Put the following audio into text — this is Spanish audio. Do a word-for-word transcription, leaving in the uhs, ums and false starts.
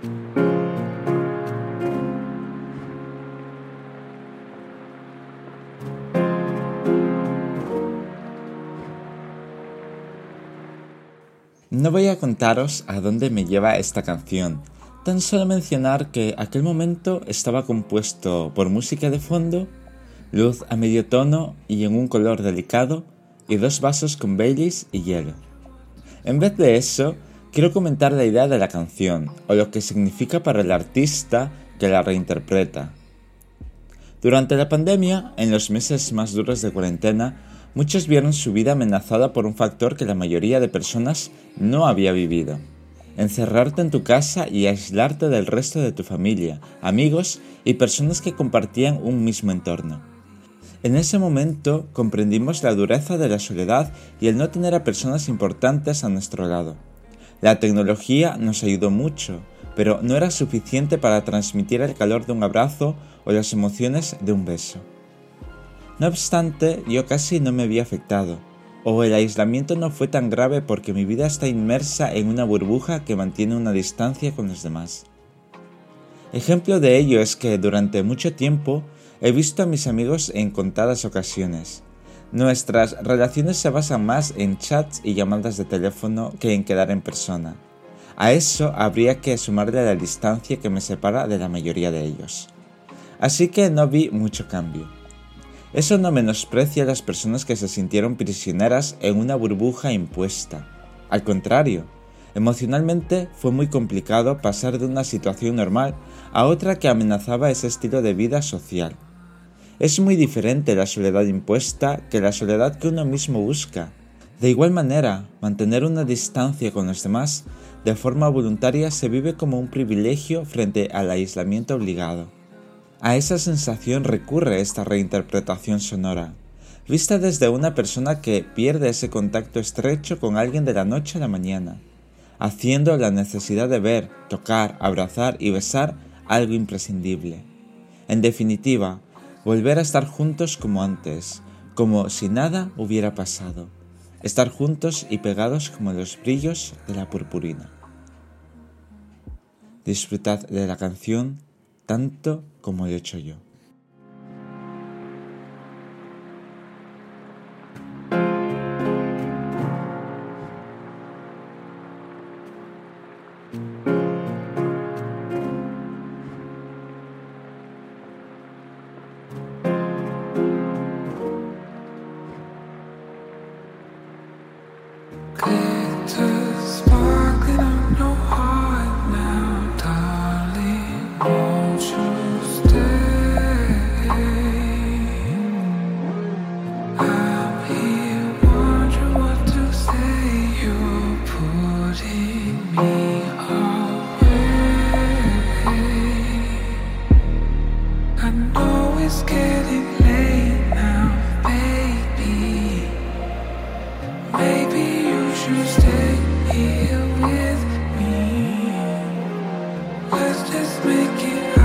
No voy a contaros a dónde me lleva esta canción, tan solo mencionar que aquel momento estaba compuesto por música de fondo, luz a medio tono y en un color delicado, y dos vasos con Baileys y hielo. En vez de eso, quiero comentar la idea de la canción, o lo que significa para el artista que la reinterpreta. Durante la pandemia, en los meses más duros de cuarentena, muchos vieron su vida amenazada por un factor que la mayoría de personas no había vivido: encerrarte en tu casa y aislarte del resto de tu familia, amigos y personas que compartían un mismo entorno. En ese momento comprendimos la dureza de la soledad y el no tener a personas importantes a nuestro lado. La tecnología nos ayudó mucho, pero no era suficiente para transmitir el calor de un abrazo o las emociones de un beso. No obstante, yo casi no me vi afectado, o el aislamiento no fue tan grave porque mi vida está inmersa en una burbuja que mantiene una distancia con los demás. Ejemplo de ello es que durante mucho tiempo he visto a mis amigos en contadas ocasiones. Nuestras relaciones se basan más en chats y llamadas de teléfono que en quedar en persona. A eso habría que sumarle la distancia que me separa de la mayoría de ellos. Así que no vi mucho cambio. Eso no menosprecia a las personas que se sintieron prisioneras en una burbuja impuesta. Al contrario, emocionalmente fue muy complicado pasar de una situación normal a otra que amenazaba ese estilo de vida social. Es muy diferente la soledad impuesta que la soledad que uno mismo busca. De igual manera, mantener una distancia con los demás de forma voluntaria se vive como un privilegio frente al aislamiento obligado. A esa sensación recurre esta reinterpretación sonora, vista desde una persona que pierde ese contacto estrecho con alguien de la noche a la mañana, haciendo la necesidad de ver, tocar, abrazar y besar algo imprescindible. En definitiva, volver a estar juntos como antes, como si nada hubiera pasado, estar juntos y pegados como los brillos de la purpurina. Disfrutad de la canción tanto como lo he hecho yo. Stay here with me. Let's just make it